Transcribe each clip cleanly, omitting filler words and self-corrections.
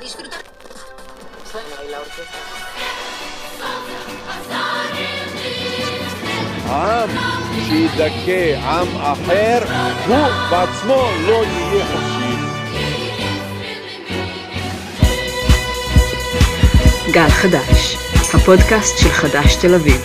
disfrutar. Suena ahí la orquesta. עם שידכא עם אחר, הוא בעצמו לא יהיה חופשי. גל חדש, הפודקאסט של חדש תל אביב.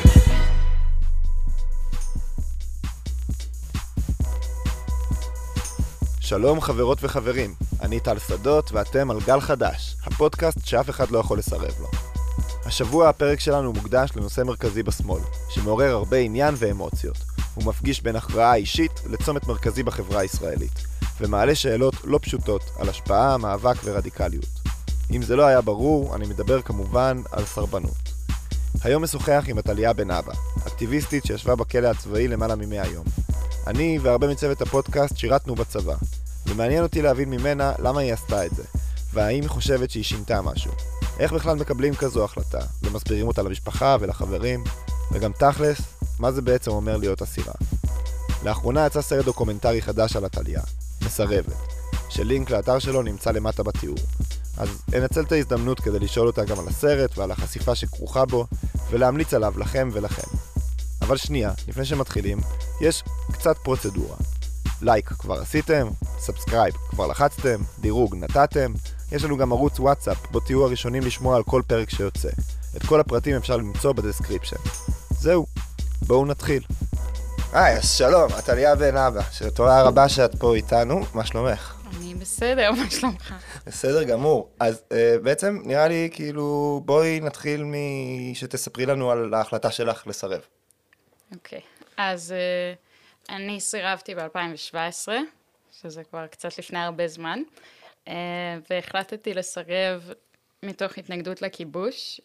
שלום חברות וחברים, אני טל שדות ואתם על גל חדש, הפודקאסט שאף אחד לא יכול לסרב לו. השבוע הפרק שלנו מוקדש לנושא מרכזי בשמאל, שמעורר הרבה עניין ואמוציות. הוא מפגיש בין הכרעה אישית לצומת מרכזי בחברה הישראלית, ומעלה שאלות לא פשוטות על השפעה, מאבק ורדיקליות. אם זה לא היה ברור, אני מדבר כמובן על סרבנות. היום משוחח עם עתליה בן אבא, אקטיביסטית שישבה בכלא הצבאי למעלה מ100 יום. אני והרבה מצוות הפודקאסט שירתנו בצבא, ומעניין אותי להבין ממנה למה היא עשתה את זה, והאם היא חושבת שהיא שינתה משהו. איך בכלל מקבלים כזו החלטה, ומסבירים אותה למשפחה ולחברים, וגם תכלס, מה זה בעצם אומר להיות אסירה. לאחרונה יצא סרט דוקומנטרי חדש על עתליה, מסרבת, שלינק לאתר שלו נמצא למטה בתיאור. אז אנצל את ההזדמנות כדי לשאול אותה גם על הסרט ועל החשיפה שכרוכה בו, ולהמליץ עליו לכם ולכם. אבל שנייה, לפני שמתחילים, יש קצת פרוצדורה. לייק כבר עשיתם, סאבסקרייב כבר לחצתם, דירוג נתתם, יש לנו גם ערוץ וואטסאפ, בו תהיו הראשונים לשמוע על כל פרק שיוצא. את כל הפרטים אפשר למצוא בדסקריפשן. זהו, בואו נתחיל. אז שלום, עתליה בן אבא, תודה רבה שאת פה איתנו, מה שלומך? אני בסדר, מה שלומך? בסדר גמור. אז בעצם נראה לי כאילו בואי נתחיל שתספרי לנו על ההחלטה שלך לסרב. אוקיי, אז אני סירבתי ב-2017, שזה כבר קצת לפני הרבה זמן, והחלטתי לסרב מתוך התנגדות לכיבוש,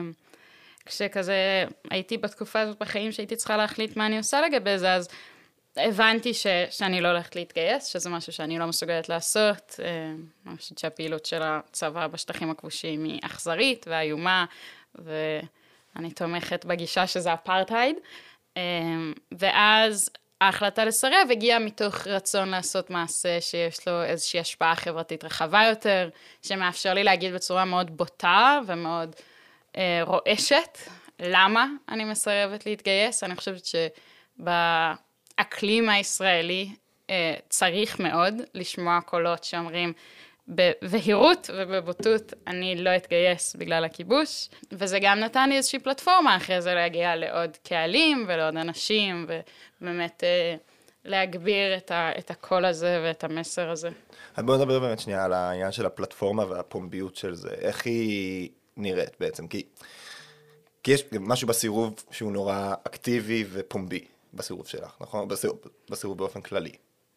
כשכזה הייתי בתקופה הזאת בחיים שהייתי צריכה להחליט מה אני עושה לגבי זה, אז הבנתי שאני לא הולכת להתגייס, שזה משהו שאני לא מסוגלת לעשות, אני חושבת שהפעילות של הצבא בשטחים הכבושים היא אכזרית ואיומה, ואני תומכת בגישה שזה אפרטהייד, ואז ההחלטה לסרב הגיעה מתוך רצון לעשות מעשה שיש לו איזושהי השפעה חברתית רחבה יותר, שמאפשר לי להגיד בצורה מאוד בוטה ומאוד רועשת, למה אני מסרבת להתגייס. אני חושבת שבאקלים הישראלי צריך מאוד לשמוע קולות שאומרים בבהירות ובבוטות, אני לא אתגייס בגלל הכיבוש, וזה גם נתן לי איזושהי פלטפורמה אחרי זה להגיע לעוד קהלים ולעוד אנשים, ובאמת להגביר את הקול הזה ואת המסר הזה. אז בואו נדבר באמת שנייה על העניין של הפלטפורמה והפומביות של זה, איך היא נראית בעצם, כי יש משהו בסירוב שהוא נורא אקטיבי ופומבי בסירוב שלך, נכון? בסירוב באופן כללי.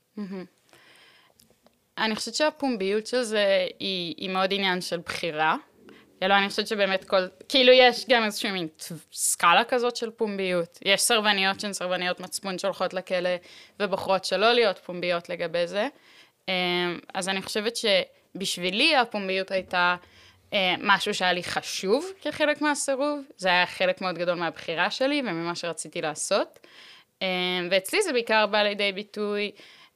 אני חושבת שהפומביות של זה היא מאוד עניין של בחירה. אלא אני חושבת שבאמת כאילו יש גם איזושהי מין סקאלה כזאת של פומביות. יש סרבניות שהן סרבניות מצפון שהולכות לכלא ובוחרות שלא להיות פומביות לגבי זה. אז אני חושבת שבשבילי הפומביות הייתה משהו שהיה לי חשוב כחלק מהסירוב. זה היה חלק מאוד גדול מהבחירה שלי וממה שרציתי לעשות. ואצלי זה בעיקר בא לידי ביטוי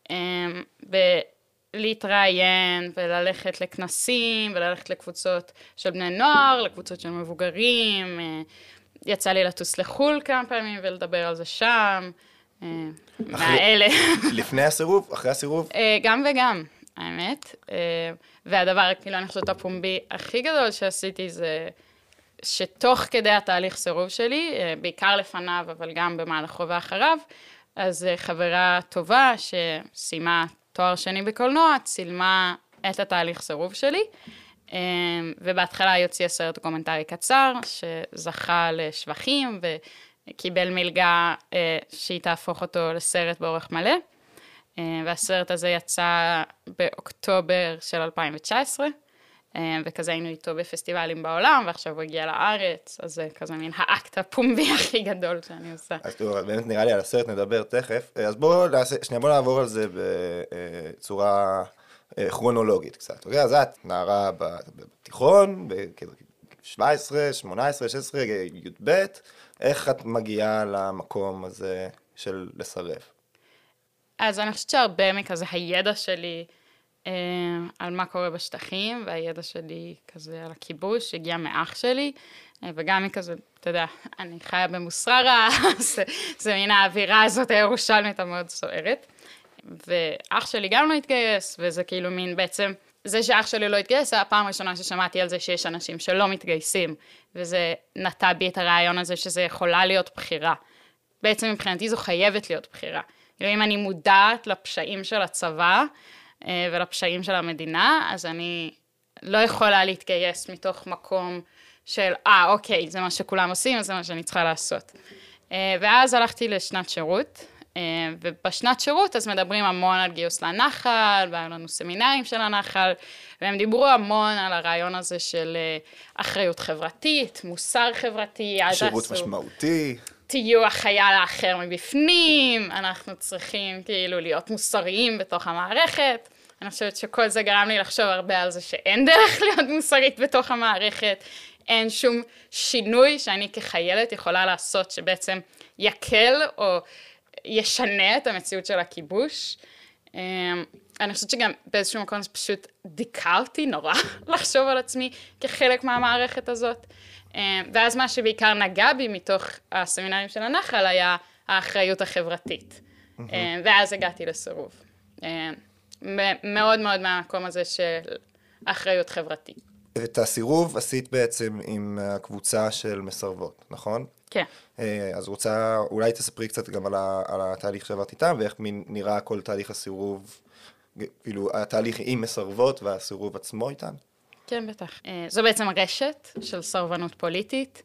להתראיין וללכת לכנסים וללכת לקבוצות של בני נוער, לקבוצות של מבוגרים. יצא לי לטוס לחול כמה פעמים ולדבר על זה שם. מהאלה. לפני הסירוב? אחרי הסירוב? גם וגם, האמת. והדבר, כאילו, אני חושבת הפומבי הכי גדול שעשיתי זה שתוך כדי התהליך סירוב שלי, בעיקר לפניו, אבל גם במהלכו ואחריו, אז חברה טובה שסיימה תואר שני בקולנוע, צילמה את התהליך סירוב שלי, ובהתחלה יוציא סרט דוקומנטרי קצר, שזכה לשבחים, וקיבל מלגה שהיא תהפוך אותו לסרט באורך מלא, והסרט הזה יצא באוקטובר של 2019, וכזה היינו איתו בפסטיבלים בעולם, ועכשיו הוא הגיע לארץ, אז זה כזה מין האקט הפומבי הכי גדול שאני עושה. אז טוב, באמת נראה לי על הסרט נדבר תכף, אז בואו נעבור על זה בצורה כרונולוגית קצת, אוקיי? אז את נערה בתיכון, ב-17, 18, 16, י"ב, איך את מגיעה למקום הזה של לסרב? אז אני חושבת שהרבה מכזה הידע שלי על מה קורה בשטחים, והידע שלי כזה על הכיבוש, הגיע מאח שלי, וגם היא כזה, אתה יודע, אני חיה במוסררה, זה מן האווירה הזאת הירושלמית המאוד סוערת. ואח שלי גם לא התגייס, וזה כאילו מין בעצם, זה שאח שלי לא התגייס, זה הפעם הראשונה ששמעתי על זה שיש אנשים שלא מתגייסים, וזה נטע בי את הרעיון הזה שזה יכולה להיות בחירה. בעצם מבחינתי זו חייבת להיות בחירה. אם אני מודעת לפשעים של הצבא ולפשעים של המדינה, אז אני לא יכולה להתגייס מתוך מקום של, אוקיי, זה מה שכולם עושים, אז זה מה שאני צריכה לעשות. ואז הלכתי לשנת שירות, ובשנת שירות אז מדברים המון על גיוס לנחל, והיו לנו סמינרים של הנחל, והם דיברו המון על הרעיון הזה של אחריות חברתית, מוסר חברתי. שירות משמעותי. תהיו החייל האחר מבפנים, אנחנו צריכים כאילו להיות מוסריים בתוך המערכת. אני חושבת שכל זה גרם לי לחשוב הרבה על זה שאין דרך להיות מוסרית בתוך המערכת, אין שום שינוי שאני כחיילת יכולה לעשות שבעצם יקל או ישנה את המציאות של הכיבוש. אני חושבת שגם באיזשהו מקום זה פשוט דיכא אותי נורא לחשוב על עצמי כחלק מהמערכת הזאת. ואז מה שבעיקר נגע בי מתוך הסמינרים של הנחל היה האחריות החברתית. ואז הגעתי לסירוב. מאוד מאוד מהמקום הזה של אחריות חברתית. את הסירוב עשית בעצם עם הקבוצה של מסרבות, נכון? כן. אז רוצה, אולי תספרי קצת גם על התהליך שעברת איתם, ואיך נראה כל תהליך הסירוב, כאילו התהליך עם מסרבות והסירוב עצמו איתן? כן, בטח. זו בעצם רשת של סרבנות פוליטית,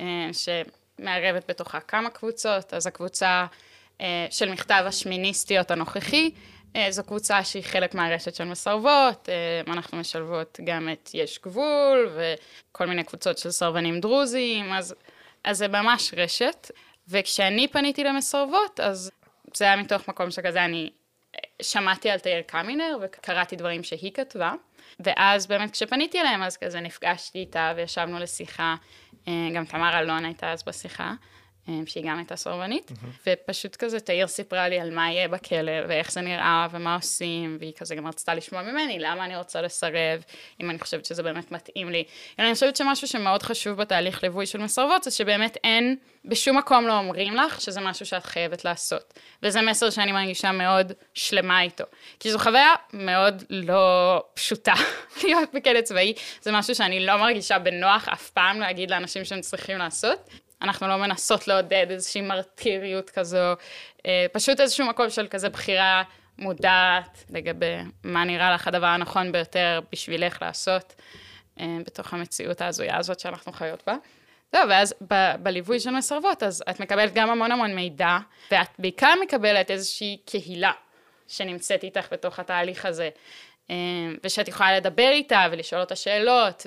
שמערבת בתוכה כמה קבוצות. אז הקבוצה של מכתב השמיניסטיות הנוכחי, זו קבוצה שהיא חלק מהרשת של מסרבות, אנחנו משלבות גם את יש גבול, וכל מיני קבוצות של סרבנים דרוזים, אז זה ממש רשת. וכשאני פניתי למסרבות, אז זה היה מתוך מקום שכזה, אני שמעתי על תאיר קמינר, וקראתי דברים שהיא כתבה, ואז באמת כשפניתי אליהם, אז כזה נפגשתי איתה, וישבנו לשיחה, גם תמר אלון הייתה אז בשיחה, שהיא גם הייתה סרבנית, ופשוט כזה תאיר סיפרה לי על מה יהיה בכלא, ואיך זה נראה, ומה עושים, והיא כזה גם רצתה לשמוע ממני, למה אני רוצה לסרב, אם אני חושבת שזה באמת מתאים לי. אני חושבת שמשהו שמאוד חשוב בתהליך ליווי של מסרבות, זה שבאמת אין, בשום מקום לא אומרים לך, שזה משהו שאת חייבת לעשות. וזה מסר שאני מרגישה מאוד שלמה איתו. כי זו חוויה מאוד לא פשוטה להיות בכלא צבאי, זה משהו שאני לא מרגישה בנוח אף פעם להגיד לאנשים שהם צריכים לעשות. אנחנו לא מנסות לעודד איזושהי מרטיריות כזו, פשוט איזשהו מקום של כזה בחירה מודעת לגבי מה נראה לך הדבר הנכון ביותר בשבילך לעשות בתוך המציאות ההזויה הזאת שאנחנו חיות בה. זהו, ואז בליווי של מסרבות, אז את מקבלת גם המון מידע, ואת בעיקר מקבלת איזושהי קהילה שנמצאת איתך בתוך התהליך הזה, ושאת יכולה לדבר איתה ולשאול אותה שאלות,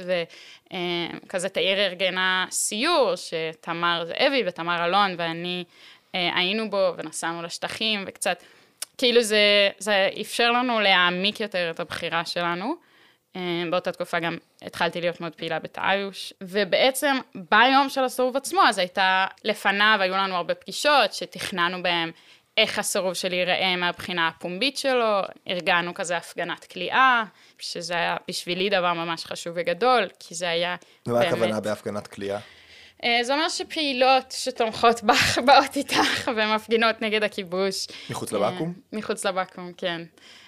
וכזה תאיר ארגנה סיור, שתמר זאבי ותמר אלון ואני היינו בו ונסענו לשטחים, וקצת, כאילו זה אפשר לנו להעמיק יותר את הבחירה שלנו. באותה תקופה גם התחלתי להיות מאוד פעילה בתאיוש, ובעצם ביום של הסירוב עצמו, אז הייתה לפניו, היו לנו הרבה פגישות שתכננו בהם, איך הסירוב שלי ייראה מהבחינה הפומבית שלו, ארגנו כזה הפגנת כליאה, שזה היה בשבילי דבר ממש חשוב וגדול, כי זה היה ומה הכוונה בהפגנת כליאה? זה אומר שפעילות שתומכות בך, באות איתך, ומפגינות נגד הכיבוש. מחוץ לבקו"ם? מחוץ לבקו"ם, כן.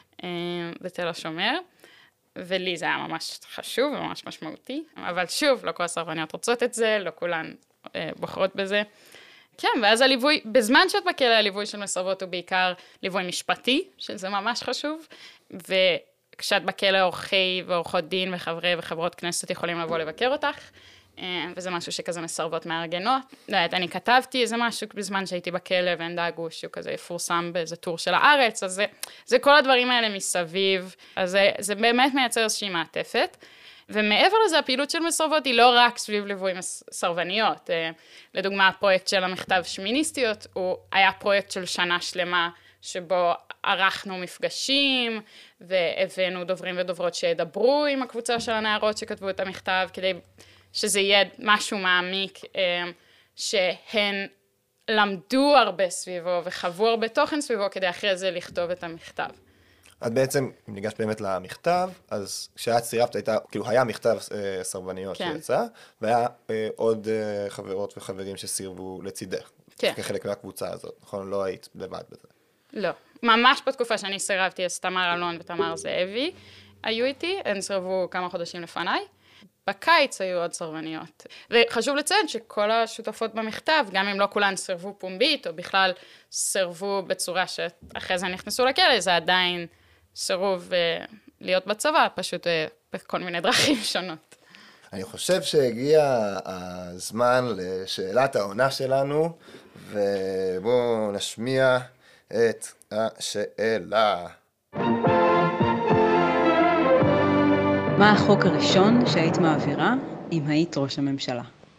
בתל השומר. ולי זה היה ממש חשוב וממש משמעותי, אבל שוב, לא כל הסרבניות רוצות את זה, לא כולן בוחרות בזה. כן, ואז הליווי, בזמן שאת בכלא, הליווי של מסרבות הוא בעיקר ליווי משפטי, שזה ממש חשוב, וכשאת בכלא עורכי ועורכות דין וחברי וחברות כנסת יכולים לבוא לבקר אותך, וזה משהו שכזה מסרבות מארגנות. לא יודעת, אני כתבתי איזה משהו בזמן שהייתי בכלא, והם דאגו שהוא כזה יפורסם באיזה טור של הארץ, אז זה כל הדברים האלה מסביב, אז זה באמת מייצר איזושהי מעטפת. ומעבר לזה, הפעילות של מסרבות היא לא רק סביב ליווי סרבניות. לדוגמה, הפרויקט של המכתב שמיניסטיות, הוא היה פרויקט של שנה שלמה, שבו ערכנו מפגשים, והבאנו דוברים ודוברות שידברו עם הקבוצה של הנערות שכתבו את המכתב, כדי שזה יהיה משהו מעמיק, שהן למדו הרבה סביבו, וחוו הרבה תוכן סביבו, כדי אחרי זה לכתוב את המכתב. את בעצם, אם ניגש באמת למכתב, אז כשאת סירבת, כאילו היה מכתב סרבניות שיצא, והיה עוד חברות וחברים שסירבו לצידך, כחלק מהקבוצה הזאת, נכון? לא היית לבד בזה. לא. ממש בתקופה שאני סירבתי, אז תמר אלון ותמר זאבי היו איתי, הן סירבו כמה חודשים לפניי. בקיץ היו עוד סרבניות. וחשוב לציין שכל השותפות במכתב, גם אם לא כולן סירבו פומבית, או בכלל סירבו בצורה שאחרי זה נכנסו לכלא, זה עדיין סירוב להיות בצבא, פשוט בכל מיני דרכים שונות. אני חושב שהגיע הזמן לשאלת העונה שלנו, ובואו נשמיע את השאלה. מה החוק הראשון שהיית מעבירה אם היית ראש הממשלה?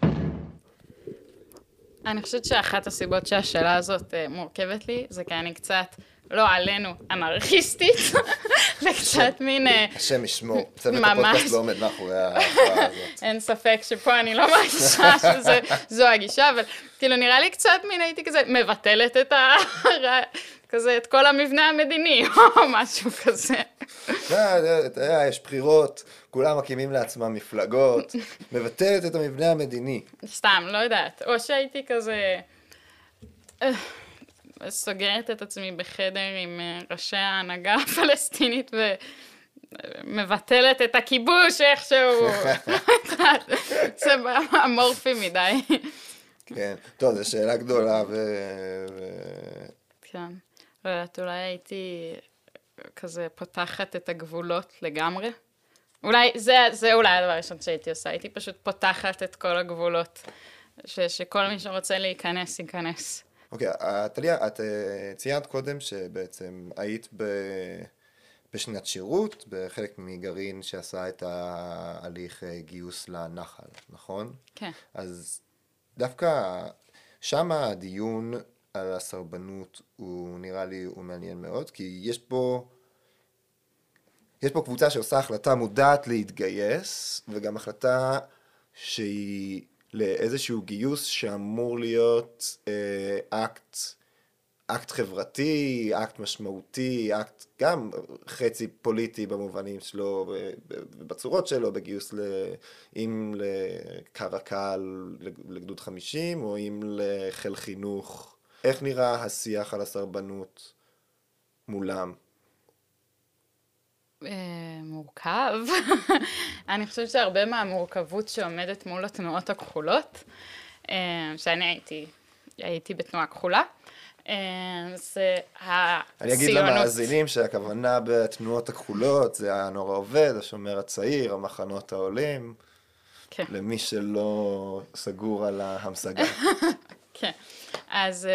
אני חושבת שאחת הסיבות שהשאלה הזאת מורכבת לי, זה כי אני קצת, לא עלינו, אנרכיסטית, וקצת מין... השם ישמור, צוות הפודקאסט לא עומד מאחורי ההכרעה הזאת. אין ספק שפה אני לא מרגישה שזו הגישה, אבל כאילו נראה לי קצת מין הייתי כזה מבטלת כזה את כל המבנה המדיני, או משהו כזה. יש בחירות, כולם מקימים לעצמם מפלגות, מבטלת את המבנה המדיני. סתם, לא יודעת. או שהייתי כזה סוגרת את עצמי בחדר עם ראשי ההנהגה הפלסטינית ומבטלת את הכיבוש איכשהו. זה אמורפי מדי. כן, טוב, זו שאלה גדולה כן. לא יודעת, אולי הייתי כזה פותחת את הגבולות לגמרי. אולי, זה אולי הדבר הראשון שהייתי עושה, הייתי פשוט פותחת את כל הגבולות, שכל מי שרוצה להיכנס, ייכנס. אוקיי, טליה, את ציינת קודם שבעצם היית בשנת שירות, בחלק מגרעין שעשה את ההליך גיוס לנחל, נכון? כן. אז דווקא שם הדיון על הסרבנות הוא נראה לי הוא מעניין מאוד, כי יש פה קבוצה שעושה החלטה מודעת להתגייס, וגם החלטה שהיא לאיזשהו גיוס שאמור להיות אקט חברתי, אקט משמעותי, אקט גם חצי פוליטי במובנים שלו, בצורות שלו, בגיוס אם לקרקל לגדוד 50, או אם לחיל חינוך. איך נראה השיח על הסרבנות מולם? מורכב. אני חושבת שהרבה מהמורכבות שעומדת מול התנועות הכחולות, שאני הייתי בתנועה כחולה, זה הציונות. אני אגיד למאזינים שהכוונה בתנועות הכחולות זה הנוער העובד, השומר הצעיר, המחנות העולים, כן. למי שלא סגור על ההמשגה. כן. אז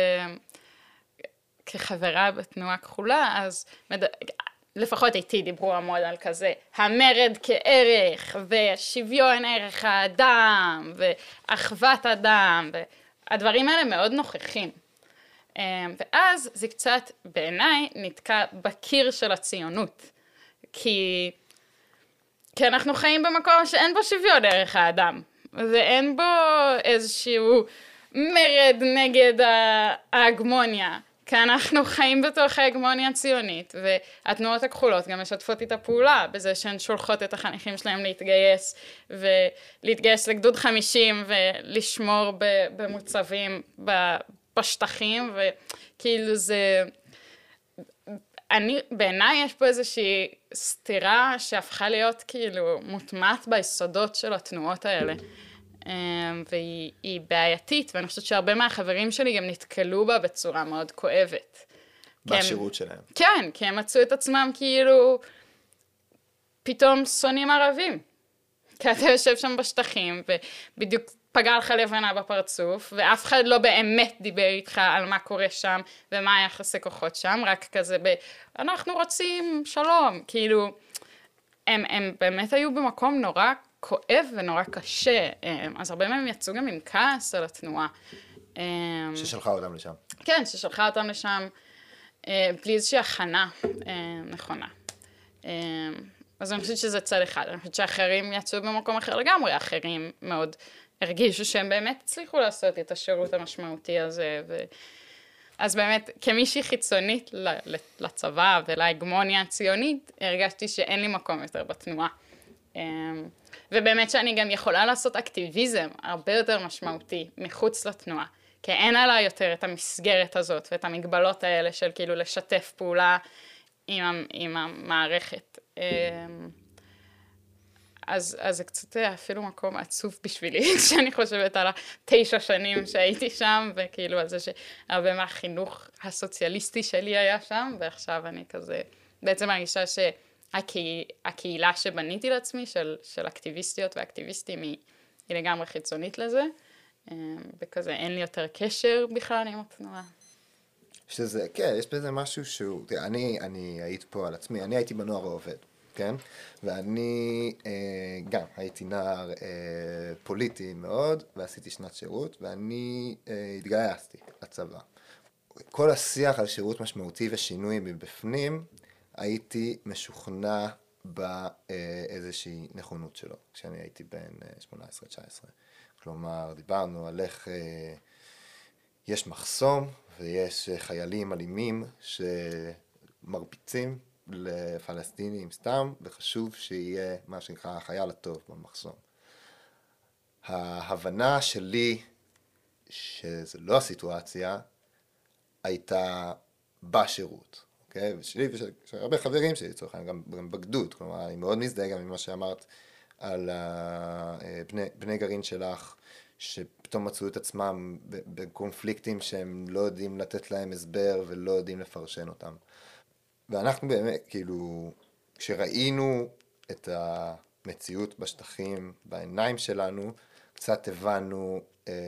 כחברה בתנועה כחולה, אז לפחות איתי דיברו המון על כזה, המרד כערך, ושוויון ערך האדם, ואחוות אדם, והדברים האלה מאוד נוכחים. ואז זה קצת בעיניי נתקע בקיר של הציונות, כי אנחנו חיים במקום שאין בו שוויון ערך האדם, ואין בו איזשהו מרד נגד ההגמוניה, כי אנחנו חיים בתוך ההגמוניה הציונית, והתנועות הכחולות גם משתפות איתה פעולה, בזה שהן שולחות את החניכים שלהם להתגייס, ולהתגייס לגדוד 50, ולשמור במוצבים בשטחים, וכאילו זה... בעיניי יש פה איזושהי סתירה שהפכה להיות כאילו מוטמעת ביסודות של התנועות האלה. והיא בעייתית, ואני חושבת שהרבה מהחברים שלי גם נתקלו בה בצורה מאוד כואבת. בשירות שלהם. כן, כי הם מצאו את עצמם כאילו פתאום שונאים ערבים. כי אתה יושב שם בשטחים, ובדיוק פגע לך לבנה בפרצוף, ואף אחד לא באמת דיבר איתך על מה קורה שם, ומה היחסי כוחות שם, רק כזה אנחנו רוצים שלום. כאילו, הם באמת היו במקום נורא כואב ונורא קשה, אז הרבה מהם יצאו גם עם כעס על התנועה. ששלחה אותם לשם. כן, ששלחה אותם לשם, בלי איזושהי הכנה נכונה. אז אני חושבת שזה צד אחד, אני חושבת שאחרים יצאו במקום אחר לגמרי, אחרים מאוד הרגישו שהם באמת הצליחו לעשות את השירות המשמעותי הזה, אז באמת, כמישהי חיצונית לצבא ולהגמוניה הציונית, הרגשתי שאין לי מקום יותר בתנועה. ובאמת שאני גם יכולה לעשות אקטיביזם הרבה יותר משמעותי מחוץ לתנועה, כי אין עליי יותר את המסגרת הזאת ואת המגבלות האלה של כאילו לשתף פעולה עם המערכת. אז זה קצת אפילו מקום עצוב בשבילי, כשאני חושבת על 9 שנים שהייתי שם, וכאילו על זה שהרבה מהחינוך הסוציאליסטי שלי היה שם, ועכשיו אני כזה, בעצם מרגישה שהקהילה שבניתי לעצמי, של אקטיביסטיות ואקטיביסטים, היא לגמרי חיצונית לזה, וכזה אין לי יותר קשר בכלל עם התנועה. שזה, כן, יש בזה משהו שהוא, תראה, אני הייתי פה על עצמי, אני הייתי בנוער העובד. כן? ואני גם הייתי נער פוליטי מאוד, ועשיתי שנת שירות, ואני התגייסתי לצבא. כל השיח על שירות משמעותי ושינוי מבפנים, הייתי משוכנע באיזושהי נכונות שלו, כשאני הייתי בן 18-19. כלומר, דיברנו על איך יש מחסום, ויש חיילים אלימים שמרביצים, לפלסטינים סתם, וחשוב שיהיה מה שנקרא החייל הטוב במחסום. ההבנה שלי שזו לא הסיטואציה, הייתה בשירות, אוקיי? ושלי ושל הרבה חברים שלי, לצורך העניין, גם בגדוד, כלומר, אני מאוד מזדהה גם ממה שאמרת על בני גרעין שלך, שפתאום מצאו את עצמם בקונפליקטים שהם לא יודעים לתת להם הסבר ולא יודעים לפרשן אותם. ואנחנו באמת, כאילו, כשראינו את המציאות בשטחים בעיניים שלנו, קצת הבנו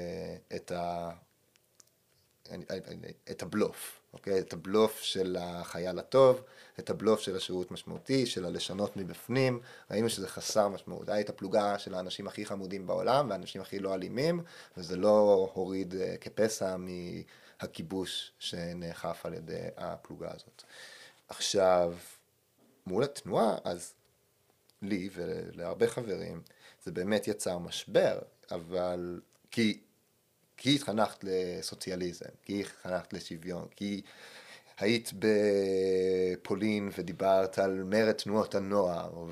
את הבלוף, אוקיי? את הבלוף של החייל הטוב, את הבלוף של השירות משמעותי, של הלשנות מבפנים, ראינו שזה חסר משמעות. הייתה פלוגה של האנשים הכי חמודים בעולם, והאנשים הכי לא אלימים, וזה לא הוריד כפסע מהכיבוש שנאכף על ידי הפלוגה הזאת. עכשיו, מול התנועה, אז לי ולהרבה חברים, זה באמת יצר משבר, אבל כי התחנכת לסוציאליזם, כי התחנכת לשוויון, כי היית בפולין ודיברת על מרד תנועות הנוער,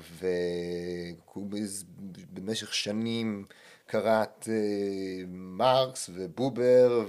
ובמשך שנים קראת מרקס ובובר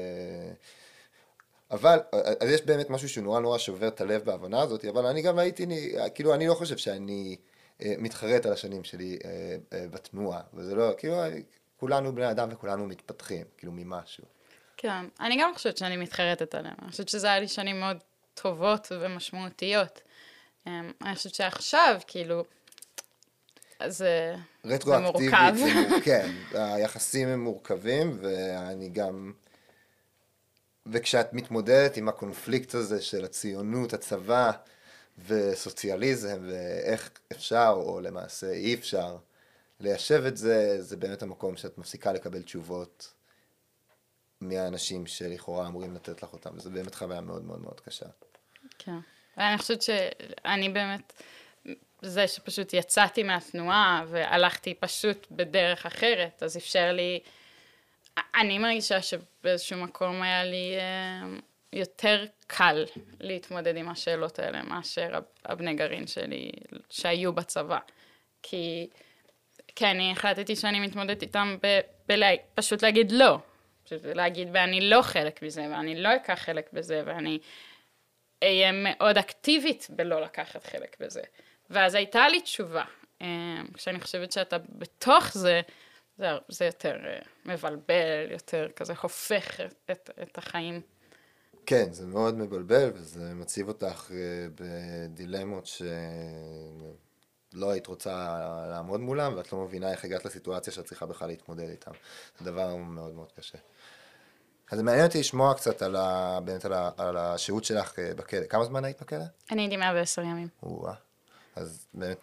אבל, אז יש באמת משהו שהוא נורא שובר את הלב בהבנה הזאת, אבל אני גם כאילו, אני לא חושב שאני מתחרט על השנים שלי בתנועה, וזה לא, כאילו, כולנו בני אדם וכולנו מתפתחים, כאילו, ממשהו. כן, אני גם חושבת שאני מתחרטת עליהם, אני חושבת שזה היה לי שנים מאוד טובות ומשמעותיות. אני חושבת שעכשיו, כאילו, זה מורכב. כן, היחסים הם מורכבים, ואני גם... וכשאת מתמודדת עם הקונפליקט הזה של הציונות, הצבא וסוציאליזם, ואיך אפשר או למעשה אי אפשר ליישב את זה, זה באמת המקום שאת מפסיקה לקבל תשובות מהאנשים שלכאורה אמורים לתת לך אותם, וזה באמת חוויה מאוד מאוד מאוד קשה. כן, ואני חושבת שאני באמת, זה שפשוט יצאתי מהתנועה והלכתי פשוט בדרך אחרת, אז אפשר לי... אני מרגישה שבאיזשהו מקום היה לי יותר קל להתמודד עם השאלות האלה, מאשר הבני גרעין שלי שהיו בצבא. כי אני החלטתי שאני מתמודדת איתם פשוט להגיד לא. פשוט להגיד ואני לא חלק בזה, ואני לא אקח חלק בזה, ואני אהיה מאוד אקטיבית בלא לקחת חלק בזה. ואז הייתה לי תשובה. כשאני חושבת שאתה בתוך זה, זה יותר מבלבל, יותר כזה הופך את החיים. כן, זה מאוד מבלבל, וזה מציב אותך בדילמות שלא היית רוצה לעמוד מולם, ואת לא מבינה איך הגעת לסיטואציה שאת צריכה בכלל להתמודד איתם. זה דבר מאוד מאוד קשה. אז מעניין אותי לשמוע קצת באמת על השהות שלך בכלא. כמה זמן היית בכלא? אני הייתי 110 ימים. אז באמת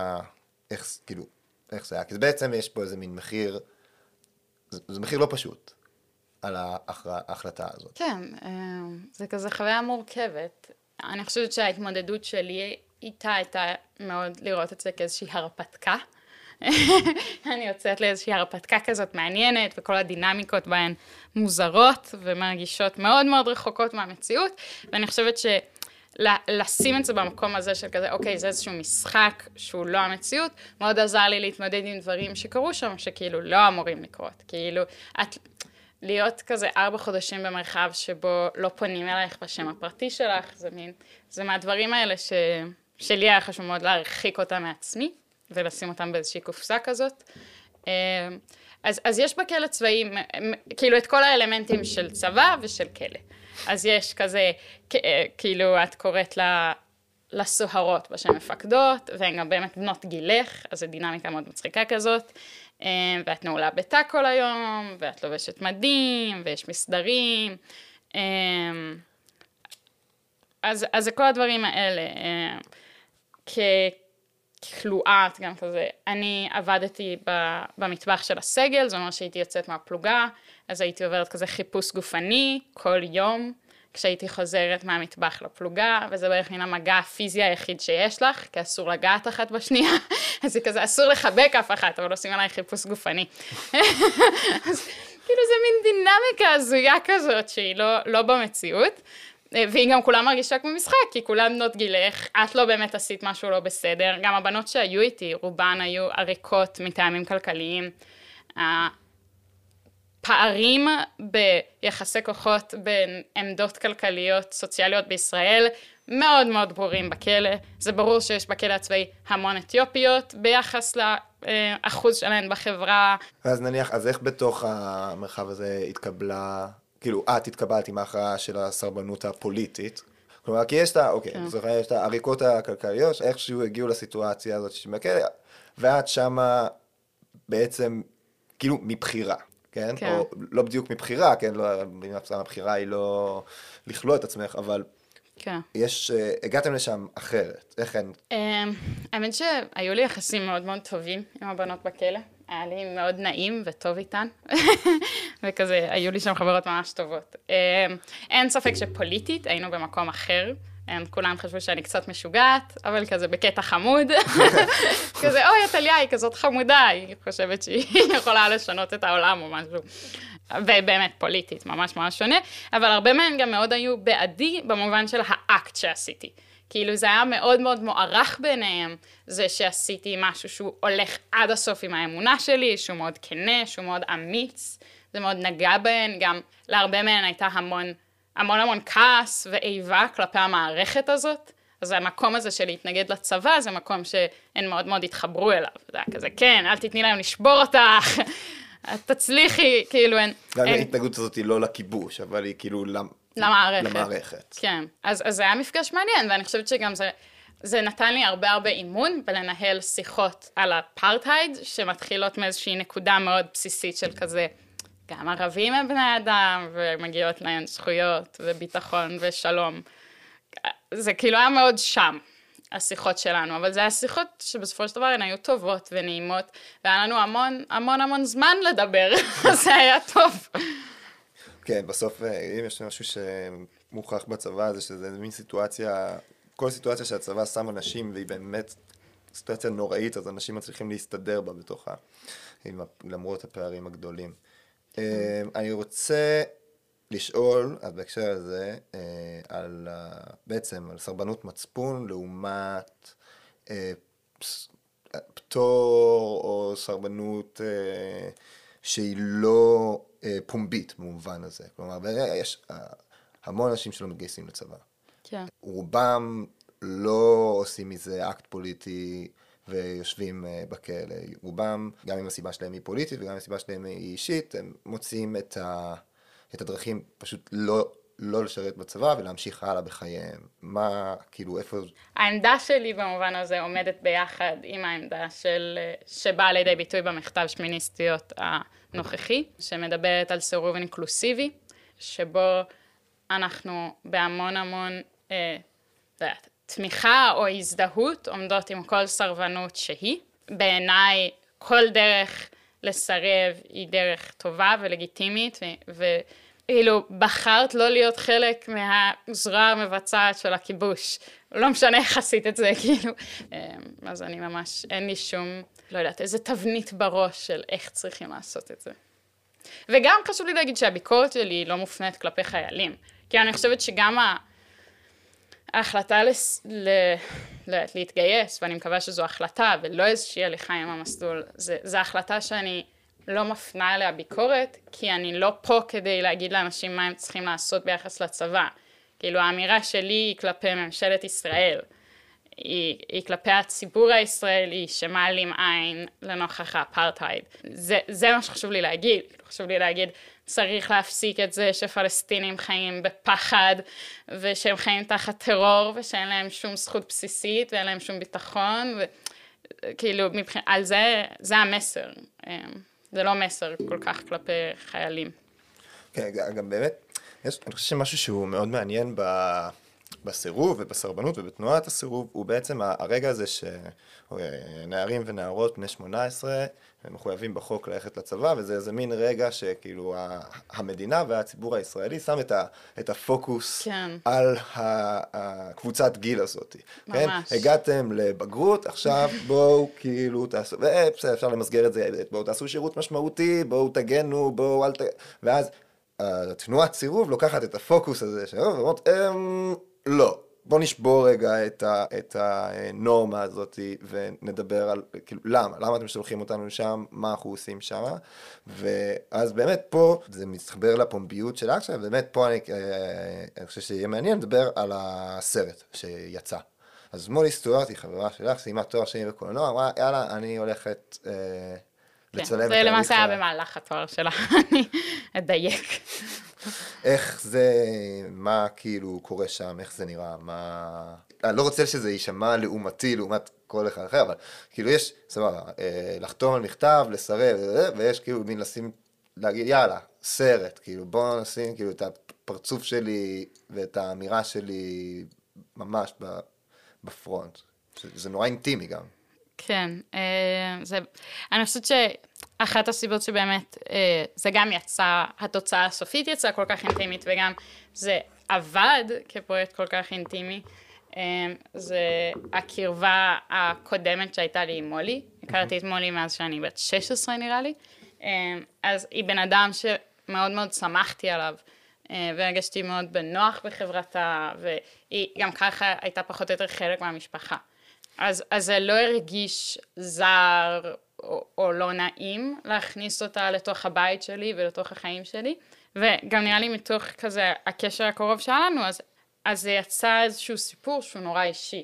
איך זה היה? כי בעצם יש פה איזה מין מחיר, זה מחיר לא פשוט על ההחלטה הזאת. כן, זה כזה חוויה מורכבת. אני חושבת שההתמודדות שלי איתה הייתה מאוד לראות את זה כאיזושהי הרפתקה, אני יוצאת לאיזושהי הרפתקה כזאת מעניינת, וכל הדינמיקות בהן מוזרות ומרגישות מאוד מאוד רחוקות מהמציאות, ואני חושבת לשים את זה במקום הזה של כזה, אוקיי, זה איזשהו משחק שהוא לא המציאות, מאוד עזר לי להתמודד עם דברים שקרו שם, שכאילו לא אמורים לקרות. כאילו, להיות כזה 4 חודשים במרחב שבו לא פונים אלייך בשם הפרטי שלך, זה מהדברים האלה שלי היה חשוב מאוד להרחיק אותם מעצמי, ולשים אותם באיזושהי קופסה כזאת. אז יש בכלא צבאי, כאילו את כל האלמנטים של צבא ושל כלא. אז יש כזה, כאילו את קוראת לסוהרות בשם מפקדות, והן גם באמת בנות גילך, אז זו דינמיקה מאוד מצחיקה כזאת, ואת נעולה ביתה כל היום, ואת לובשת מדים, ויש מסדרים, אז זה כל הדברים האלה, כלואת גם כזה, אני עבדתי במטבח של הסגל, זאת אומרת שהייתי יוצאת מהפלוגה, אז הייתי עוברת כזה חיפוש גופני כל יום, כשהייתי חוזרת מהמטבח לפלוגה, וזה בערך מן המגע הפיזי היחיד שיש לך, כי אסור לגעת אחת בשנייה, אז זה כזה אסור לחבק אף אחת, אבל עושים עליי חיפוש גופני. אז כאילו זה מין דינמיקה הזויה כזאת, שהיא לא במציאות, והיא גם כולה מרגישה כמו משחק, כי כולן בנות גילך, את לא באמת עשית משהו לא בסדר, גם הבנות שהיו איתי, רובן היו עריקות מטעמים כלכליים, פערים ביחסי כוחות בין עמדות כלכליות סוציאליות בישראל, מאוד מאוד ברורים בכלא, זה ברור שיש בכלא הצבאי המון אתיופיות, ביחס לאחוז שלהן בחברה. אז נניח, אז איך בתוך המרחב הזה התקבלה, כאילו, את התקבלת עם ההכרעה של הסרבנות הפוליטית, כלומר, כי יש יש את העריקות הכלכליות, שאיכשהו הגיעו לסיטואציה הזאת שבכלא, ואת שמה בעצם, כאילו, מבחירה, כן? או לא בדיוק מבחירה, כן? הבחירה היא לא לכלוא את עצמך, אבל הגעתם לשם אחרת, איך אין? האמת שהיו לי יחסים מאוד מאוד טובים עם הבנות בכלא, היה לי מאוד נעים וטוב איתן, וכזה, היו לי שם חברות ממש טובות. אין ספק שפוליטית היינו במקום אחר, כולם חשבו שאני קצת משוגעת, אבל כזה בקטע חמוד, כזה, אוי, עתליה היא כזאת חמודה, היא חושבת שהיא יכולה לשנות את העולם או משהו. ובאמת פוליטית, ממש ממש שונה, אבל הרבה מהם גם מאוד היו בעדי במובן של האקט שעשיתי. כאילו זה היה מאוד מאוד מוערך ביניהם, זה שעשיתי משהו שהוא הולך עד הסוף עם האמונה שלי, שהוא מאוד כנה, שהוא מאוד אמיץ, זה מאוד נגע בהן, גם להרבה מהן הייתה המון כעס ואיבה כלפי המערכת הזאת, אז המקום הזה של להתנגד לצבא, זה מקום שהן מאוד מאוד התחברו אליו, זה היה כזה, כן, אל תתני להם לשבור אותך, תצליחי, כאילו הן... גם ההתנגדות הזאת היא לא לכיבוש, אבל היא כאילו למערכת. כן, אז זה היה מפגש מעניין, ואני חושבת שגם זה נתן לי הרבה אימון בלנהל שיחות על אפרטהייד, שמתחילות מאיזושהי נקודה מאוד בסיסית של כזה, גם ערבים הם בני אדם, ומגיעות להם זכויות וביטחון ושלום. זה כאילו היה מאוד שם, השיחות שלנו, אבל זה היה שיחות שבסופו של דבר הן היו טובות ונעימות, והיה לנו המון זמן לדבר, אז זה היה טוב. כן, בסוף, אם יש משהו שמוכח בצבא, זה שזה מין סיטואציה, כל סיטואציה שהצבא שם אנשים, והיא באמת סיטואציה נוראית, אז אנשים מצליחים להסתדר בה בתוכה, למרות הפערים הגדולים. אני רוצה לשאול, אז בהקשר הזה, בעצם על סרבנות מצפון, לעומת פטור או סרבנות שהיא לא פומבית במובן הזה. כלומר, יש המון אנשים שלא מתגייסים לצבא. כן. רובם לא עושים מזה אקט פוליטי ויושבים בכלא. רובם, גם אם הסיבה שלהם היא פוליטית וגם אם הסיבה שלהם היא אישית, הם מוצאים את הדרכים פשוט לא לשרת בצבא ולהמשיך הלאה בחייהם. מה, כאילו, איפה... העמדה שלי במובן הזה עומדת ביחד עם העמדה שבאה לידי ביטוי במכתב שמיניסטיות הנוכחי, שמדברת על סירוב אינקלוסיבי, שבו אנחנו בהמון תמיכה או הזדהות עומדות עם כל סרבנות שהיא. בעיניי כל דרך לסרב היא דרך טובה ולגיטימית, ואילו בחרת לא להיות חלק מהזרוע המבצעת של הכיבוש, לא משנה איך עשית את זה, כאילו. אז אני ממש, אין לי שום, לא יודעת, איזה תבנית בראש של איך צריכים לעשות את זה. וגם חשוב לי להגיד שהביקורת שלי לא מופנית כלפי חיילים. כי אני חושבת שגם ההחלטה להתגייס, ואני מקווה שזו החלטה, ולא איזושהי הליכה עם המסלול, זו החלטה שאני לא מפנה אליה ביקורת, כי אני לא פה כדי להגיד לאנשים מה הם צריכים לעשות ביחס לצבא. כאילו, האמירה שלי היא כלפי ממשלת ישראל, היא כלפי הציבור הישראלי שמעלים עין לנוכח האפרטהייד. זה מה שחשוב לי להגיד. חשוב לי להגיד, צריך להפסיק את זה שפלסטינים חיים בפחד, ושהם חיים תחת טרור, ושאין להם שום זכות בסיסית, ואין להם שום ביטחון, וכאילו, על זה המסר. זה לא מסר כל כך כלפי חיילים. כן, גם באמת, אני חושב שמשהו שהוא מאוד מעניין בסירוב ובסרבנות ובתנועת הסירוב, הוא בעצם הרגע הזה שנערים ונערות בני 18 הם מחויבים בחוק ללכת לצבא, וזה איזה מין רגע שכאילו המדינה והציבור הישראלי שם את הפוקוס כן. על הקבוצת גיל הזאת. ממש. כן? הגעתם לבגרות, עכשיו בואו כאילו תעשו, אפשר למסגר את זה, בואו תעשו שירות משמעותי, בואו תגנו, בואו אל ואז התנועת סירוב לוקחת את הפוקוס הזה, ואומרת, לא, בוא נשבור רגע את הנורמה הזאת ונדבר על, כאילו, למה אתם שולחים אותנו לשם, מה אנחנו עושים שם, ואז באמת פה, זה מתחבר לפומביות של עכשיו, באמת פה אני חושב שיהיה מעניין לדבר על הסרט שיצא. אז מולי סטוארט היא חברה שלך, סיימה תואר שני בקולנוע, אמרה, יאללה, אני הולכת לצלם את זה למעשה היה במהלך התואר שלה, אני אדייק. איך זה, מה כאילו קורה שם, איך זה נראה, מה... אני לא רוצה שזה יישמע לעומתי, לעומת כל אחד אחר, אבל כאילו יש, סבבה, לחתום על מכתב, לסרב, ויש כאילו מין להגיד, יאללה, סרט, כאילו בוא נשים כאילו את הפרצוף שלי ואת האמירה שלי ממש בפרונט. זה נורא אינטימי גם. כן, אני חושבת שאחת הסיבות שבאמת זה גם יצא, התוצאה הסופית יצאה כל כך אינטימית, וגם זה עבד כפרויקט כל כך אינטימי, זה הקרבה הקודמת שהייתה לי עם מולי, הכרתי את מולי מאז שאני בת 16 נראה לי, אז היא בן אדם שמאוד מאוד שמחתי עליו, והרגשתי מאוד בנוח בחברתה, והיא גם ככה הייתה פחות או יותר חלק מהמשפחה. אז זה לא הרגיש זר או לא נעים להכניס אותה לתוך הבית שלי ולתוך החיים שלי, וגם נראה לי מתוך כזה הקשר הקרוב שלנו, אז זה יצא איזשהו סיפור שהוא נורא אישי,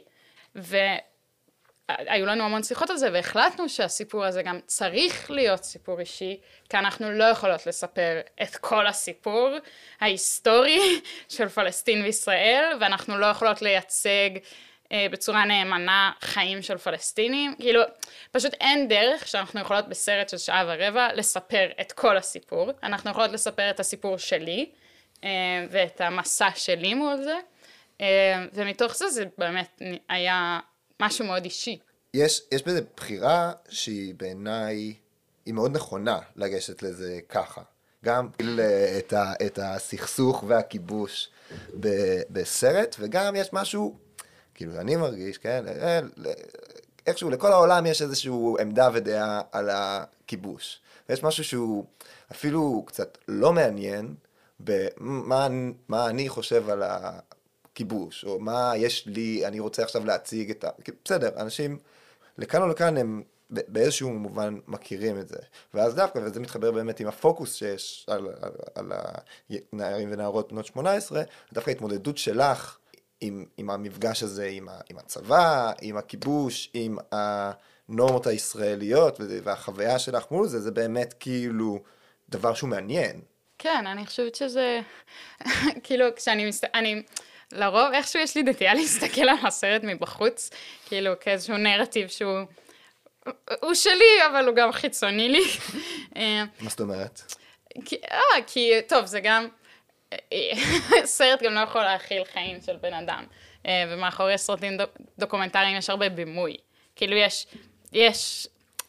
והיו לנו המון שיחות על זה, והחלטנו שהסיפור הזה גם צריך להיות סיפור אישי, כי אנחנו לא יכולות לספר את כל הסיפור ההיסטורי של פלסטין וישראל, ואנחנו לא יכולות לייצג בצורה נאמנה חיים של פלסטינים, כאילו פשוט אין דרך שאנחנו יכולות בסרט של שעה ורבע לספר את כל הסיפור, אנחנו יכולות לספר את הסיפור שלי ואת המסע שלי מול זה, ומתוך זה באמת היה משהו מאוד אישי. יש בזה בחירה שהיא בעיניי, היא מאוד נכונה לגשת לזה ככה, גם את הסכסוך והכיבוש בסרט, וגם יש משהו, כאילו, אני מרגיש, כן, איכשהו, לכל העולם יש איזשהו עמדה ודעה על הכיבוש. ויש משהו שהוא אפילו קצת לא מעניין, במה אני חושב על הכיבוש, או מה יש לי, אני רוצה עכשיו להציג את בסדר, אנשים, לכאן או לכאן הם באיזשהו מובן מכירים את זה. ואז דווקא, וזה מתחבר באמת עם הפוקוס שיש על הנערים ונערות בנות 18, דווקא ההתמודדות שלך, עם המפגש הזה, עם הצבא, עם הכיבוש, עם הנורמות הישראליות, והחוויה שלך מול זה, זה באמת כאילו דבר שהוא מעניין. כן, אני חושבת שזה, כאילו, אני לרוב, איכשהו יש לי נטייה להסתכל על הסרט מבחוץ, כאילו, כאיזשהו נרטיב הוא שלי, אבל הוא גם חיצוני לי. מה זאת אומרת? כי, טוב, זה גם, סרט גם לא יכול להכיל חיים של בן אדם, ומאחורי סרטים דוקומנטריים יש הרבה בימוי. כאילו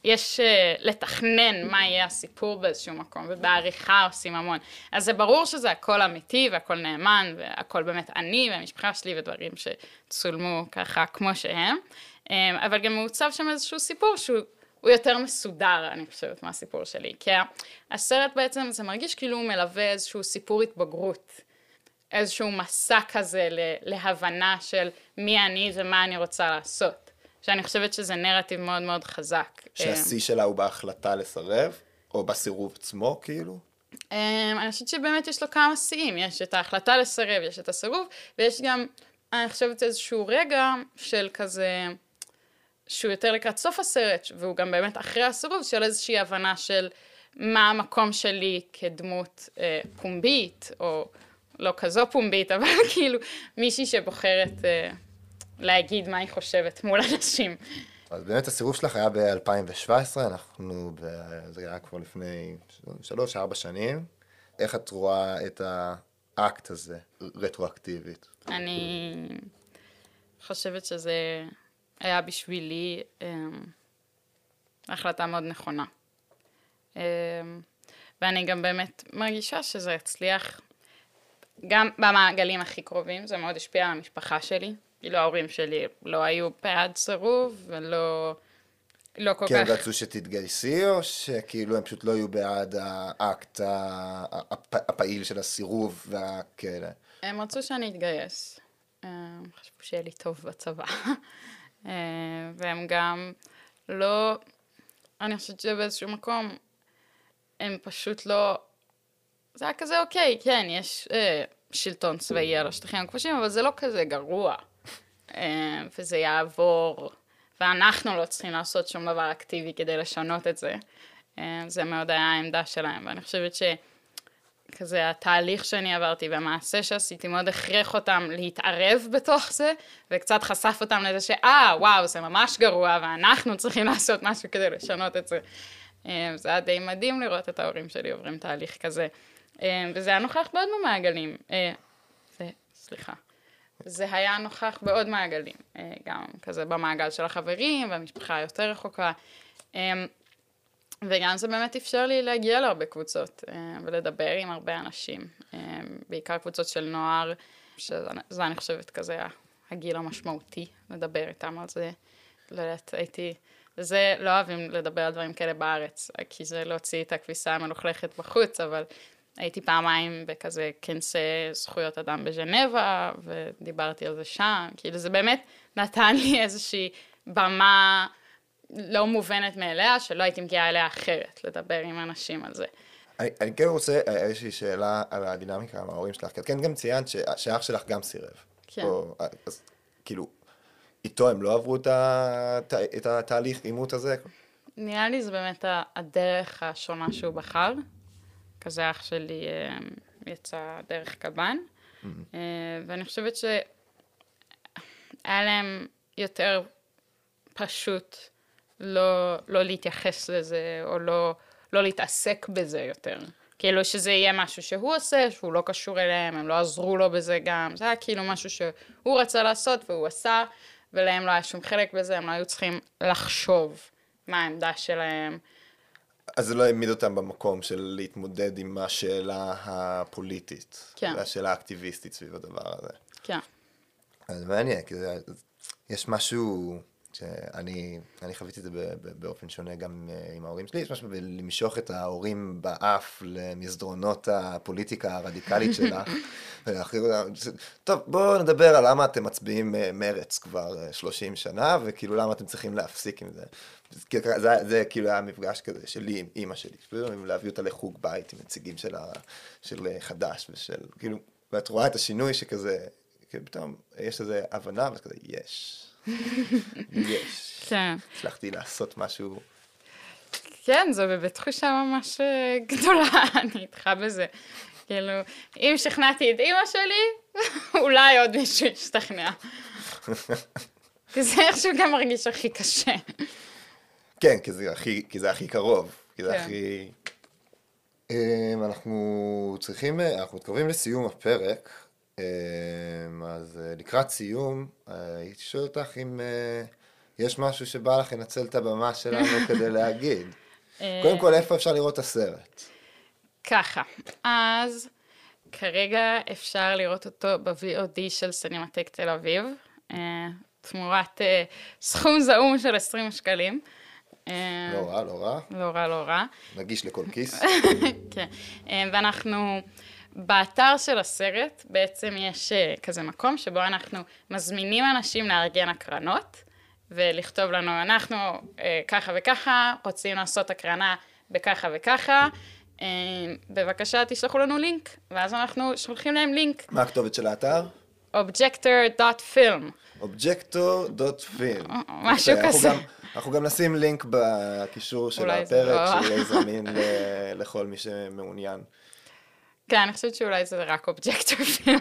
יש לתכנן מה יהיה הסיפור באיזשהו מקום, ובעריכה עושים המון. אז זה ברור שזה הכל אמיתי, והכל נאמן, והכל באמת אני והמשפחה שלי, ודברים שצולמו ככה כמו שהם. אבל גם מעוצב שם איזשהו סיפור שהוא יותר מסודר, אני חושבת, מהסיפור שלי. כי הסרט בעצם, זה מרגיש כאילו הוא מלווה איזשהו סיפור התבגרות. איזשהו מסע כזה להבנה של מי אני ומה אני רוצה לעשות. שאני חושבת שזה נרטיב מאוד מאוד חזק. שהשיא שלה הוא בהחלטה לסרב, או בסירוב עצמו, כאילו? אני חושבת שבאמת יש לו כמה שיאים. יש את ההחלטה לסרב, יש את הסירוב, ויש גם, אני חושבת, איזשהו רגע של כזה, שהוא יותר לקראת סוף הסרט, והוא גם באמת אחרי הסירוב, של איזושהי הבנה של מה המקום שלי כדמות פומבית, או לא כזו פומבית, אבל כאילו מישהי שבוחרת להגיד מה היא חושבת מול אנשים. אז באמת הסירוב שלך היה ב-2017, זה היה כבר לפני 3-4 שנים. איך את רואה את האקט הזה רטרואקטיבית? אני חושבת שזה היה בשבילי החלטה מאוד נכונה. ואני גם באמת מרגישה שזה הצליח גם במעגלים הכי קרובים, זה מאוד השפיע על המשפחה שלי. כאילו ההורים שלי לא היו בעד סירוב, ולא כל כך... כן, רצו שתתגייסי, או שכאילו הם פשוט לא היו בעד האקט הפעיל של הסירוב והכאלה? הם רצו שאני אתגייס. חשבו שיהיה לי טוב בצבא. והם גם לא... אני חושבת שבאיזשהו מקום, הם פשוט לא... זה היה כזה אוקיי, כן, יש שלטון צבאי על השטחים הכבושים, אבל זה לא כזה גרוע. וזה יעבור, ואנחנו לא צריכים לעשות שום דבר אקטיבי כדי לשנות את זה. זה מאוד היה העמדה שלהם, ואני חושבת שכזה התהליך שאני עברתי והמעשה שעשיתי מאוד הכרח אותם להתערב בתוך זה, וקצת חשף אותם לזה וואו, זה ממש גרוע, ואנחנו צריכים לעשות משהו כדי לשנות את זה. זה היה די מדהים לראות את ההורים שלי עוברים תהליך כזה. וזה היה נוכח בעוד מעגלים. סליחה. זה היה נוכח בעוד מעגלים, גם כזה במעגל של החברים והמשפחה היותר רחוקה, וגם זה באמת אפשר לי להגיע להרבה קבוצות ולדבר עם הרבה אנשים, בעיקר קבוצות של נוער, שזה אני חושבת כזה הגיל המשמעותי, לדבר איתם על זה. לא יודעת, וזה לא אוהבים לדבר על דברים כאלה בארץ, כי זה להוציא את הכביסה המלוכלכת בחוץ, אבל הייתי פעמיים בכזה כנסי זכויות אדם בז'נבה, ודיברתי על זה שם, כאילו זה באמת נתן לי איזושהי במה לא מובנת מאליה, שלא הייתי מגיעה אליה אחרת, לדבר עם אנשים על זה. אני כן רוצה איזושהי שאלה על הדינמיקה עם ההורים שלך, כי את כן גם ציינת שאח שלך גם סירב. כן. אז כאילו, איתו הם לא עברו את התהליך אימות הזה? נראה לי זה באמת הדרך השונה שהוא בחר. כזה אח שלי יצא דרך קב"ן, ואני חושבת שהיה להם יותר פשוט לא להתייחס לזה, או לא להתעסק בזה יותר. כאילו שזה יהיה משהו שהוא עושה, שהוא לא קשור אליהם, הם לא עזרו לו בזה גם, זה היה כאילו משהו שהוא רצה לעשות והוא עשה, ולהם לא היה שום חלק בזה, הם לא היו צריכים לחשוב מה העמדה שלהם. אז זה לא העמיד אותם במקום של להתמודד עם השאלה הפוליטית. כן. והשאלה האקטיביסטית סביב הדבר הזה. כן. אז מעניין, כי יש משהו שאני חוויתי את זה באופן שונה גם עם ההורים שלי, יש משהו למשוך את ההורים באף למסדרונות הפוליטיקה הרדיקלית שלך, ולהכריח אותם, טוב, בואו נדבר על למה אתם מצביעים מרץ כבר 30 שנה, וכאילו למה אתם צריכים להפסיק עם זה. זה כאילו היה מפגש כזה שלי עם אמא שלי, להביא אותה לחוג בית עם נציגים של חדש, כאילו, ואת רואה את השינוי שכזה, כאילו פתאום יש איזו הבנה, ואת כזה, יש. כן. הצלחתי לעשות משהו. כן, זו באמת תחושה ממש גדולה, אני איתך בזה. כאילו, אם שכנעתי את אמא שלי, אולי עוד מישהו ישתכנע. כי זה איכשהו גם מרגיש הכי קשה. כן, כי זה הכי קרוב. כי זה הכי... אנחנו מתקרבים לסיום הפרק. אז לקראת סיום, הייתי שואל אותך אם יש משהו שבא לך לנצל את הבמה שלנו כדי להגיד. קודם כל, איפה אפשר לראות את הסרט? ככה, אז כרגע אפשר לראות אותו ב-VOD של סינמטק תל אביב, תמורת סכום זעום של 20 שקלים. לא רע, לא רע. לא רע, לא רע. נגיש לכל כיס. כן, ואנחנו, באתר של הסרט בעצם יש כזה מקום שבו אנחנו מזמינים אנשים לארגן הקרנות, ולכתוב לנו, אנחנו ככה וככה, רוצים לעשות הקרנה בככה וככה, בבקשה תשלחו לנו לינק, ואז אנחנו שולחים להם לינק. מה הכתובת של האתר? objector.film. objector.film. משהו כזה. אנחנו גם נשים לינק בקישור של הפרק, שיהיה זמין לכל מי שמעוניין. כן, אני חושבת שאולי זה רק אובג'קטור פילם,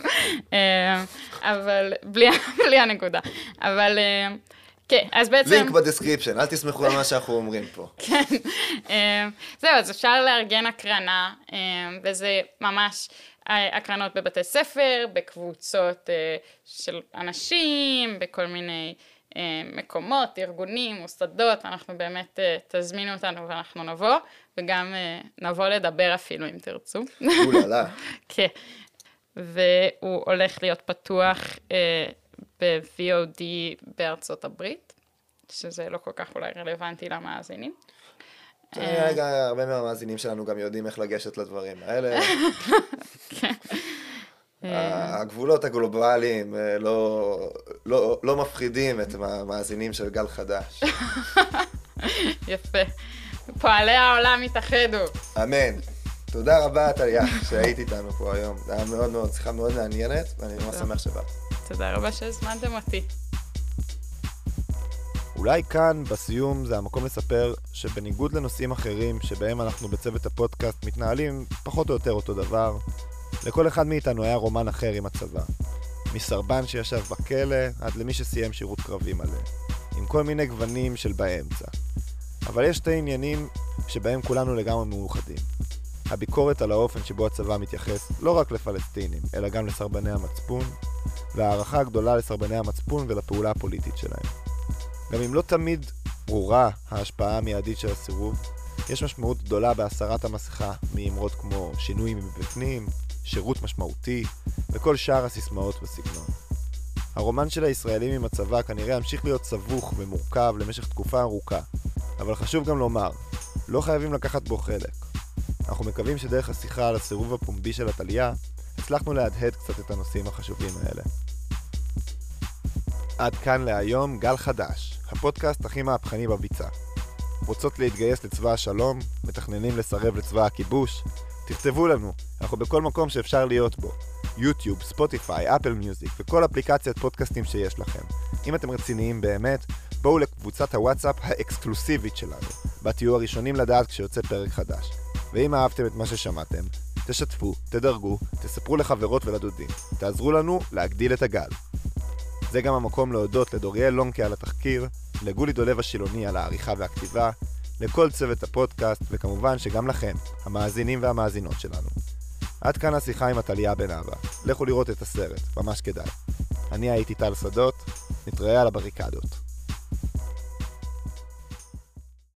אבל בלי הנקודה. אבל כן, אז בעצם... לינק בדסקריפשן, אל תסמכו על מה שאנחנו אומרים פה. כן, זהו, אז אפשר לארגן הקרנה, וזה ממש הקרנות בבתי ספר, בקבוצות של אנשים, בכל מיני מקומות, ארגונים, מוסדות, אנחנו באמת תזמינו אותנו ואנחנו נבוא, וגם נבוא לדבר אפילו אם תרצו. אוללה. כן, והוא הולך להיות פתוח ב-VOD בארצות הברית, שזה לא כל כך אולי רלוונטי למאזינים. רגע, הרבה מהמאזינים שלנו גם יודעים איך לגשת לדברים האלה. כן. הגבולות הגלובליים לא מפחידים את המאזינים של גל חדש. יפה. פועלי העולם התאחדו. אמן. תודה רבה, טליה, שהיית איתנו פה היום. זה היה מאוד מאוד, שיחה מאוד מעניינת, ואני ממש שמח שבאת. תודה רבה שהזמנתם אותי. אולי כאן, בסיום, זה המקום לספר שבניגוד לנושאים אחרים שבהם אנחנו בצוות הפודקאסט מתנהלים פחות או יותר אותו דבר, לכל אחד מאיתנו היה רומן אחר עם הצבא. מסרבן שישב בכלא עד למי שסיים שירות קרבי מלא. עם כל מיני גוונים של באמצע. אבל יש שתי עניינים שבהם כולנו לגמרי מאוחדים. הביקורת על האופן שבו הצבא מתייחס לא רק לפלסטינים, אלא גם לסרבני המצפון, והערכה הגדולה לסרבני המצפון ולפעולה הפוליטית שלהם. גם אם לא תמיד ברורה ההשפעה המיידית של הסירוב, יש משמעות גדולה בהסרת המסכה מאמרות כמו שינוי מבפנים, שירות משמעותי, וכל שאר הסיסמאות בסגנון. הרומן של הישראלים עם הצבא כנראה המשיך להיות סבוך ומורכב למשך תקופה ארוכה, אבל חשוב גם לומר, לא חייבים לקחת בו חלק. אנחנו מקווים שדרך השיחה על הסירוב הפומבי של הטליה, הצלחנו להדהד קצת את הנושאים החשובים האלה. עד כאן להיום גל חדש, הפודקאסט הכי מהפכני בביצה. רוצות להתגייס לצבא השלום, מתכננים לסרב לצבא הכיבוש? תכתבו לנו, אנחנו בכל מקום שאפשר להיות בו. יוטיוב, ספוטיפיי, אפל מיוזיק וכל אפליקציית פודקאסטים שיש לכם. אם אתם רציניים באמת, בואו לקבוצת הוואטסאפ האקסקלוסיבית שלנו, בה תהיו הראשונים לדעת כשיוצא פרק חדש. ואם אהבתם את מה ששמעתם, תשתפו, תדרגו, תספרו לחברות ולדודים. תעזרו לנו להגדיל את הגל. זה גם המקום להודות לדוריאל לונקה על התחקיר, לגולי דולב השילוני על העריכה והכתיבה, לכל צוות הפודקאסט, וכמובן שגם לכם, המאזינים והמאזינות שלנו. עד כאן השיחה עם הטליה בן אבא. לכו לראות את הסרט, ממש כדאי. אני הייתי טל שדות, נתראה על הבריקדות.